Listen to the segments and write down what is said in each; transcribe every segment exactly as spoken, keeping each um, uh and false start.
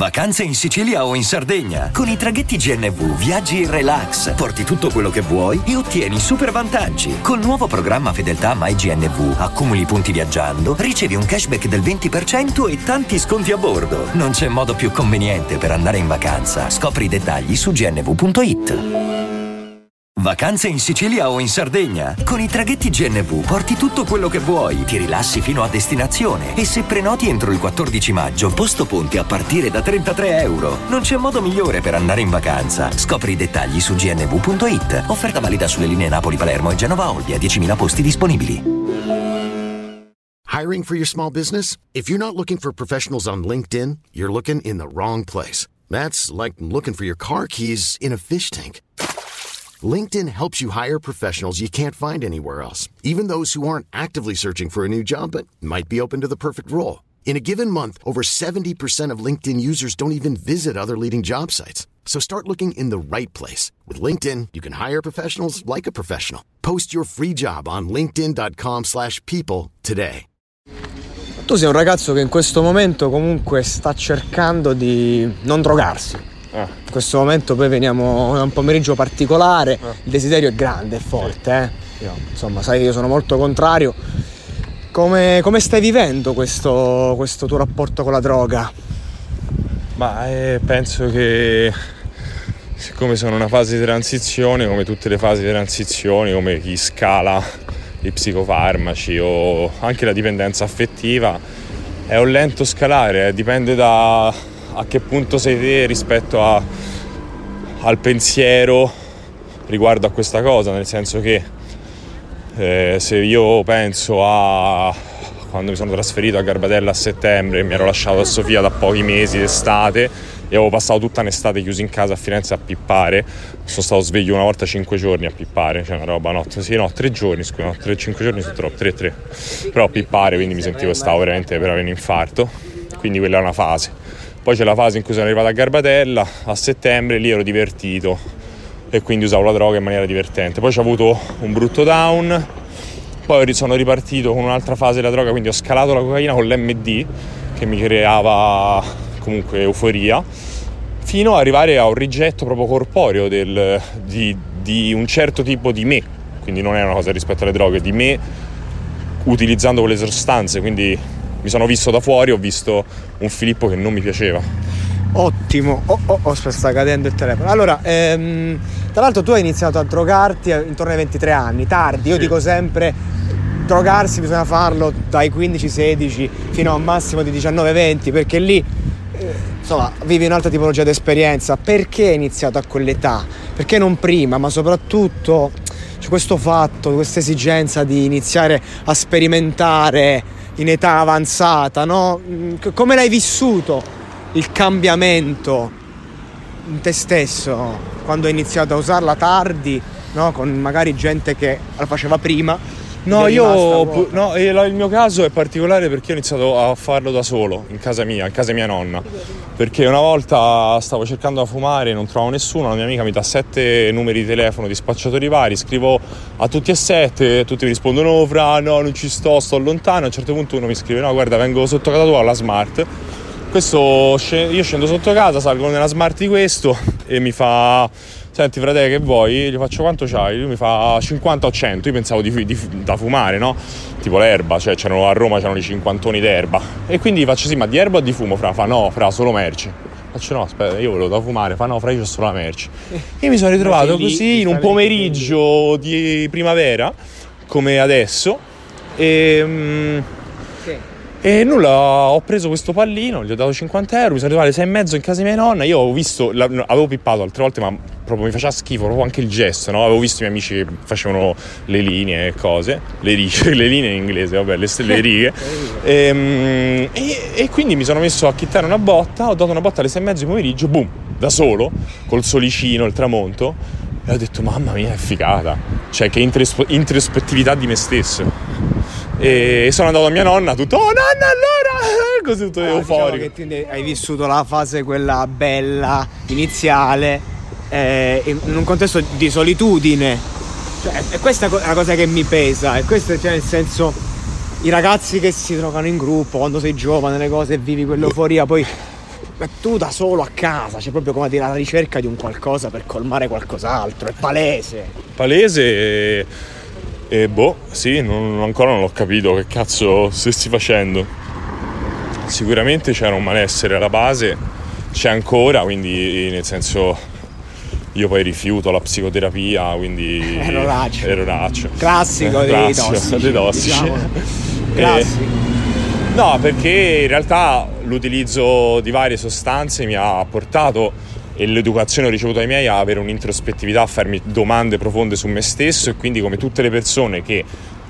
Vacanze in Sicilia o in Sardegna. Con i traghetti G N V viaggi in relax, porti tutto quello che vuoi e ottieni super vantaggi. Col nuovo programma Fedeltà MyGNV accumuli punti viaggiando, ricevi un cashback del venti per cento e tanti sconti a bordo. Non c'è modo più conveniente per andare in vacanza. Scopri i dettagli su g n v punto i t. Vacanze in Sicilia o in Sardegna. Con i traghetti G N V porti tutto quello che vuoi, ti rilassi fino a destinazione e se prenoti entro il quattordici maggio, posto ponti a partire da trentatré euro. Non c'è modo migliore per andare in vacanza. Scopri i dettagli su g n v punto i t. Offerta valida sulle linee Napoli-Palermo e Genova-Olbia, diecimila posti disponibili. Hiring for your small business? If you're not looking for professionals on LinkedIn, you're looking in the wrong place. That's like looking for your car keys in a fish tank. LinkedIn helps you hire professionals you can't find anywhere else, even those who aren't actively searching for a new job but might be open to the perfect role. In a given month, over seventy percent of LinkedIn users don't even visit other leading job sites. So start looking in the right place. With LinkedIn, you can hire professionals like a professional. Post your free job on linkedin dot com slash people today. Tu sei un ragazzo che in questo momento comunque sta cercando di non drogarsi. Eh. In questo momento poi veniamo da un pomeriggio particolare, eh. Il desiderio è grande, è forte, eh? Io, insomma, sai che io sono molto contrario. Come, come stai vivendo questo, questo tuo rapporto con la droga? Ma eh, penso che siccome sono in una fase di transizione, come tutte le fasi di transizione, come chi scala i psicofarmaci o anche la dipendenza affettiva, è un lento scalare, eh, dipende da a che punto sei te rispetto a, al pensiero riguardo a questa cosa, nel senso che eh, se io penso a quando mi sono trasferito a Garbatella a settembre e mi ero lasciato a Sofia da pochi mesi d'estate e avevo passato tutta un'estate chiuso in casa a Firenze a pippare, sono stato sveglio una volta cinque giorni a pippare, cioè una roba, no, sì, no, tre giorni, scusa, no, tre, cinque giorni sono troppo, tre, tre, però a pippare, quindi mi sentivo, stavo veramente per avere un infarto, quindi quella è una fase. Poi c'è la fase in cui sono arrivato a Garbatella a settembre, lì ero divertito e quindi usavo la droga in maniera divertente. Poi c'ho avuto un brutto down, poi sono ripartito con un'altra fase della droga, quindi ho scalato la cocaina con l'M D che mi creava comunque euforia, fino ad arrivare a un rigetto proprio corporeo del, di, di un certo tipo di me, quindi non è una cosa rispetto alle droghe, di me utilizzando quelle sostanze, quindi mi sono visto da fuori, ho visto un Filippo che non mi piaceva. Ottimo, oh, oh, oh, aspetta, sta cadendo il telefono. Allora, ehm, tra l'altro tu hai iniziato a drogarti intorno ai ventitré anni, tardi, io sì. Dico sempre, drogarsi bisogna farlo dai quindici sedici fino a un massimo di diciannove venti, perché lì, eh, insomma, vivi un'altra tipologia di esperienza. Perché hai iniziato a quell'età? Perché non prima, ma soprattutto c'è questo fatto, questa esigenza di iniziare a sperimentare in età avanzata, no? Come l'hai vissuto il cambiamento in te stesso quando hai iniziato a usarla tardi, no? Con magari gente che la faceva prima? No, io no, il mio caso è particolare perché ho iniziato a farlo da solo, in casa mia, in casa mia nonna, perché una volta stavo cercando da fumare, non trovavo nessuno, una mia amica mi dà sette numeri di telefono di spacciatori vari, scrivo a tutti e sette, tutti mi rispondono oh, fra, no, non ci sto, sto lontano, a un certo punto uno mi scrive no, guarda, vengo sotto casa tua alla Smart, questo, io scendo sotto casa, salgo nella Smart di questo e mi fa senti frate che vuoi? Gli faccio quanto c'hai? Lui mi fa cinquanta o cento, io pensavo di, di, da fumare, no? Tipo l'erba, cioè c'erano a Roma c'erano i cinquantoni d'erba e quindi gli faccio sì ma di erba o di fumo? Fra, fa no, fra solo merce. Faccio no, aspetta, io volevo da fumare, fa no, fra io c'ho solo la merce. E mi sono ritrovato così in un pomeriggio di primavera come adesso e... Mm, E nulla, ho preso questo pallino, gli ho dato cinquanta euro, mi sono arrivato alle sei e mezzo in casa di mia nonna, io ho visto, la, avevo pippato altre volte ma proprio mi faceva schifo, proprio anche il gesto, no? Avevo visto i miei amici che facevano le linee e cose, le righe, le linee in inglese, vabbè, le, le righe, e, e, e quindi mi sono messo a chittare una botta, ho dato una botta alle sei e mezzo di pomeriggio, boom, da solo, col solicino, il tramonto, e ho detto mamma mia è figata, cioè che intros- introspettività di me stesso. E sono andato a mia nonna tutto oh nonna allora così tutto ah, euforico, diciamo che hai vissuto la fase quella bella iniziale eh, in un contesto di solitudine, cioè, e questa è una cosa che mi pesa, e questo cioè nel senso i ragazzi che si drogano in gruppo quando sei giovane le cose e vivi quell'euforia poi tu da solo a casa, cioè proprio come dire alla ricerca di un qualcosa per colmare qualcos'altro, è palese. Palese e, e boh, sì, non, ancora non l'ho capito che cazzo stessi facendo. Sicuramente c'era un malessere alla base, c'è ancora, quindi nel senso io poi rifiuto la psicoterapia, quindi eroraccio, eroraccio. classico dei tossici, dei tossici. Diciamo. Classico. E, no, perché in realtà l'utilizzo di varie sostanze mi ha portato, e l'educazione ricevuta dai miei, a avere un'introspettività, a farmi domande profonde su me stesso, e quindi come tutte le persone che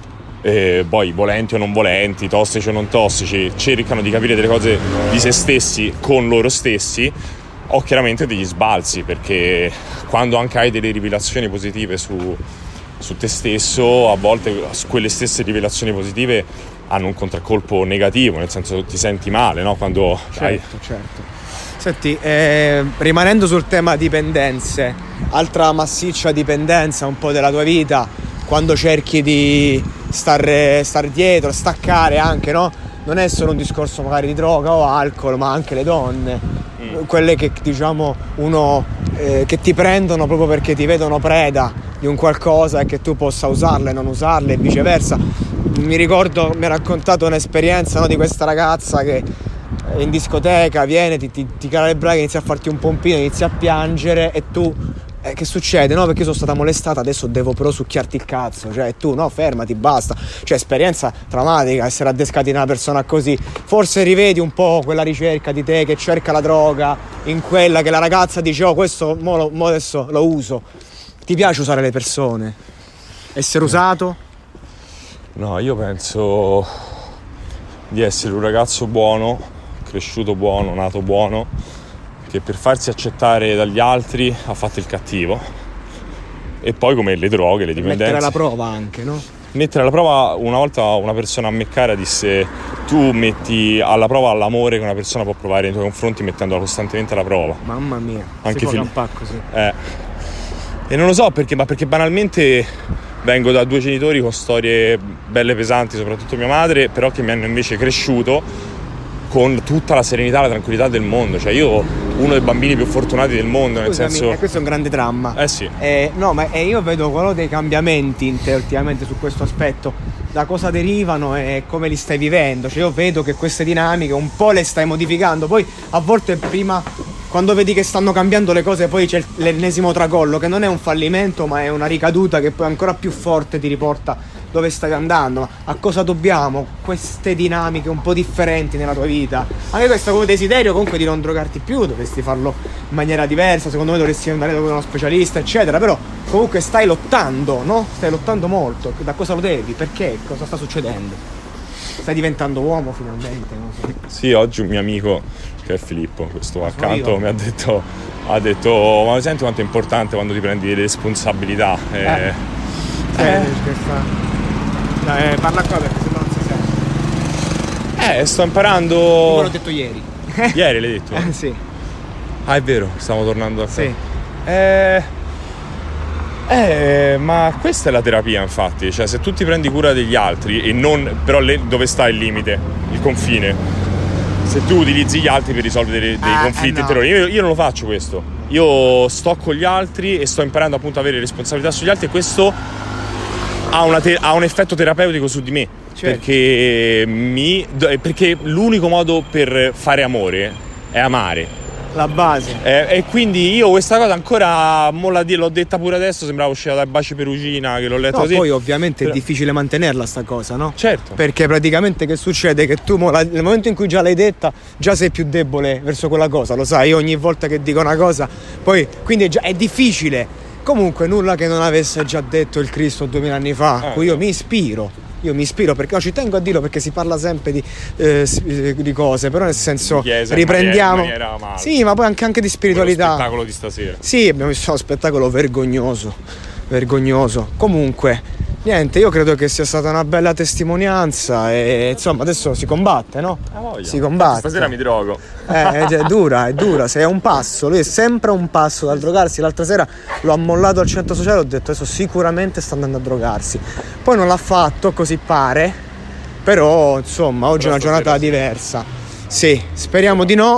eh, poi volenti o non volenti, tossici o non tossici, cercano di capire delle cose di se stessi con loro stessi, ho chiaramente degli sbalzi, perché quando anche hai delle rivelazioni positive su, su te stesso, a volte quelle stesse rivelazioni positive hanno un contraccolpo negativo, nel senso ti senti male, no? Quando certo, hai... certo. Senti, eh, rimanendo sul tema dipendenze, altra massiccia dipendenza un po' della tua vita, quando cerchi di stare, stare dietro, staccare anche, no? Non è solo un discorso magari di droga o alcol, ma anche le donne, mm. quelle che diciamo uno eh, che ti prendono proprio perché ti vedono preda di un qualcosa e che tu possa usarle, non usarle e viceversa. Mi ricordo, mi ha raccontato un'esperienza, no, di questa ragazza che in discoteca viene, ti, ti, ti cala le braghe, inizia a farti un pompino, inizia a piangere e tu eh, che succede? No, perché io sono stata molestata, adesso devo però succhiarti il cazzo, cioè tu no, fermati, basta. Cioè esperienza traumatica essere addescati in una persona così. Forse rivedi un po' quella ricerca di te che cerca la droga in quella che la ragazza dice oh questo mo, lo, mo adesso lo uso. Ti piace usare le persone? Essere usato? No, io penso di essere un ragazzo buono, cresciuto buono, nato buono, che per farsi accettare dagli altri ha fatto il cattivo. E poi come le droghe, le dipendenze. Mettere alla prova anche, no? Mettere alla prova, una volta una persona a me cara disse tu metti alla prova l'amore che una persona può provare nei tuoi confronti mettendola costantemente alla prova. Mamma mia, anche si può fil- campare così. Eh. E non lo so perché, ma perché banalmente vengo da due genitori con storie belle pesanti, soprattutto mia madre, però che mi hanno invece cresciuto con tutta la serenità e la tranquillità del mondo. Cioè io uno dei bambini più fortunati del mondo, nel Scusami, senso... eh, questo è un grande dramma. Eh sì. Eh, no, ma eh, io vedo quello dei cambiamenti in te ultimamente su questo aspetto. Da cosa derivano e come li stai vivendo? Cioè io vedo che queste dinamiche un po' le stai modificando. Poi a volte prima, quando vedi che stanno cambiando le cose, poi c'è l'ennesimo tracollo, che non è un fallimento ma è una ricaduta che poi ancora più forte ti riporta dove stai andando. A cosa dobbiamo queste dinamiche un po' differenti nella tua vita? Anche questo come desiderio comunque di non drogarti più, dovresti farlo in maniera diversa, secondo me dovresti andare da uno specialista eccetera, però comunque stai lottando, no? Stai lottando molto. Da cosa lo devi? Perché? Cosa sta succedendo? Stai diventando uomo finalmente, non so. Sì, oggi un mio amico che è Filippo, questo accanto, io. mi ha detto ha detto ma senti quanto è importante quando ti prendi le responsabilità. Eh. Eh. Eh. Eh. Eh, parla qua perché sennò non si sente. Eh, sto imparando. Come l'ho detto ieri. Ieri l'hai detto? Eh, sì. Ah, è vero, stiamo tornando a casa. Sì. Eh, eh, ma questa è la terapia, infatti. Cioè, se tu ti prendi cura degli altri e non. Però le, dove sta il limite? Il confine? Se tu utilizzi gli altri per risolvere dei, dei ah, conflitti eh no. interiori. Io, io non lo faccio questo. Io sto con gli altri e sto imparando appunto a avere responsabilità sugli altri, e questo ha, una te- ha un effetto terapeutico su di me. Certo. Perché mi. Perché l'unico modo per fare amore è amare. La base. Eh, e quindi io questa cosa ancora mo la, l'ho detta pure adesso, sembrava uscita dai Baci Perugina, che l'ho letto No, così. poi ovviamente Però... è difficile mantenerla sta cosa, no? Certo. Perché praticamente che succede? Che tu mo la, nel momento in cui già l'hai detta, già sei più debole verso quella cosa, lo sai, io ogni volta che dico una cosa, poi quindi è, già, è difficile. Comunque nulla che non avesse già detto il Cristo duemila anni fa, eh, cui io no. mi ispiro. Io mi ispiro perché no, ci tengo a dirlo perché si parla sempre di, eh, di cose, però nel senso Chiesa, riprendiamo. in maniera, in maniera sì, ma poi anche, anche di spiritualità. Lo spettacolo di stasera. Sì, abbiamo visto uno spettacolo vergognoso, vergognoso. Comunque, niente, io credo che sia stata una bella testimonianza e insomma adesso si combatte, no? Ah, si combatte. Stasera mi drogo. Eh, è dura, è dura, sei a un passo, lui è sempre a un passo dal drogarsi. L'altra sera l'ho ammollato al centro sociale, ho detto adesso sicuramente sta andando a drogarsi. Poi non l'ha fatto, così pare, però insomma oggi però è una giornata sì. diversa. Sì, speriamo di no.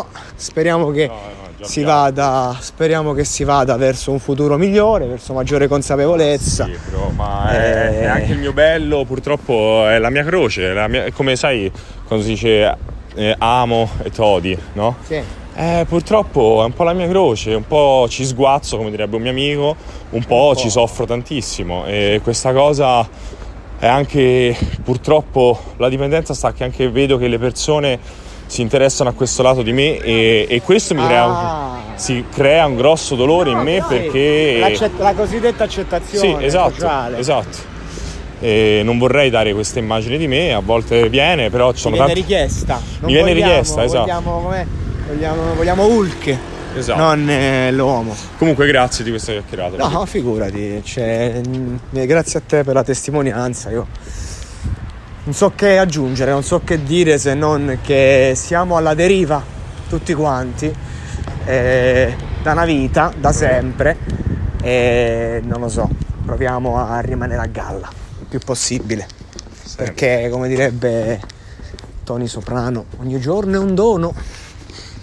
speriamo che no, no, si vada speriamo che si vada verso un futuro migliore, verso maggiore consapevolezza. Sì, però, ma è, Eh. è anche il mio bello, purtroppo è la mia croce, la mia, come sai quando si dice eh, amo e todi, no? Sì. Eh, purtroppo è un po' la mia croce, un po' ci sguazzo, come direbbe un mio amico, un po', Un po'. ci soffro tantissimo, e questa cosa è anche, purtroppo la dipendenza sta che anche vedo che le persone si interessano a questo lato di me, e, e questo mi crea, un, Ah. si crea un grosso dolore in me, perché L'accett- la cosiddetta accettazione sì, esatto, sociale. esatto. E non vorrei dare questa immagine di me, a volte viene, però ci Ci sono viene tanti... richiesta. Non Mi viene vogliamo- richiesta, esatto. Vogliamo, com'è? vogliamo, vogliamo Hulk, Esatto. non eh, l'uomo. Comunque grazie di questa chiacchierata. No, figurati, cioè, mh, grazie a te per la testimonianza. Io non so che aggiungere, non so che dire, se non che siamo alla deriva tutti quanti, eh, da una vita, da sempre, e non lo so, proviamo a rimanere a galla il più possibile, perché come direbbe Tony Soprano, ogni giorno è un dono.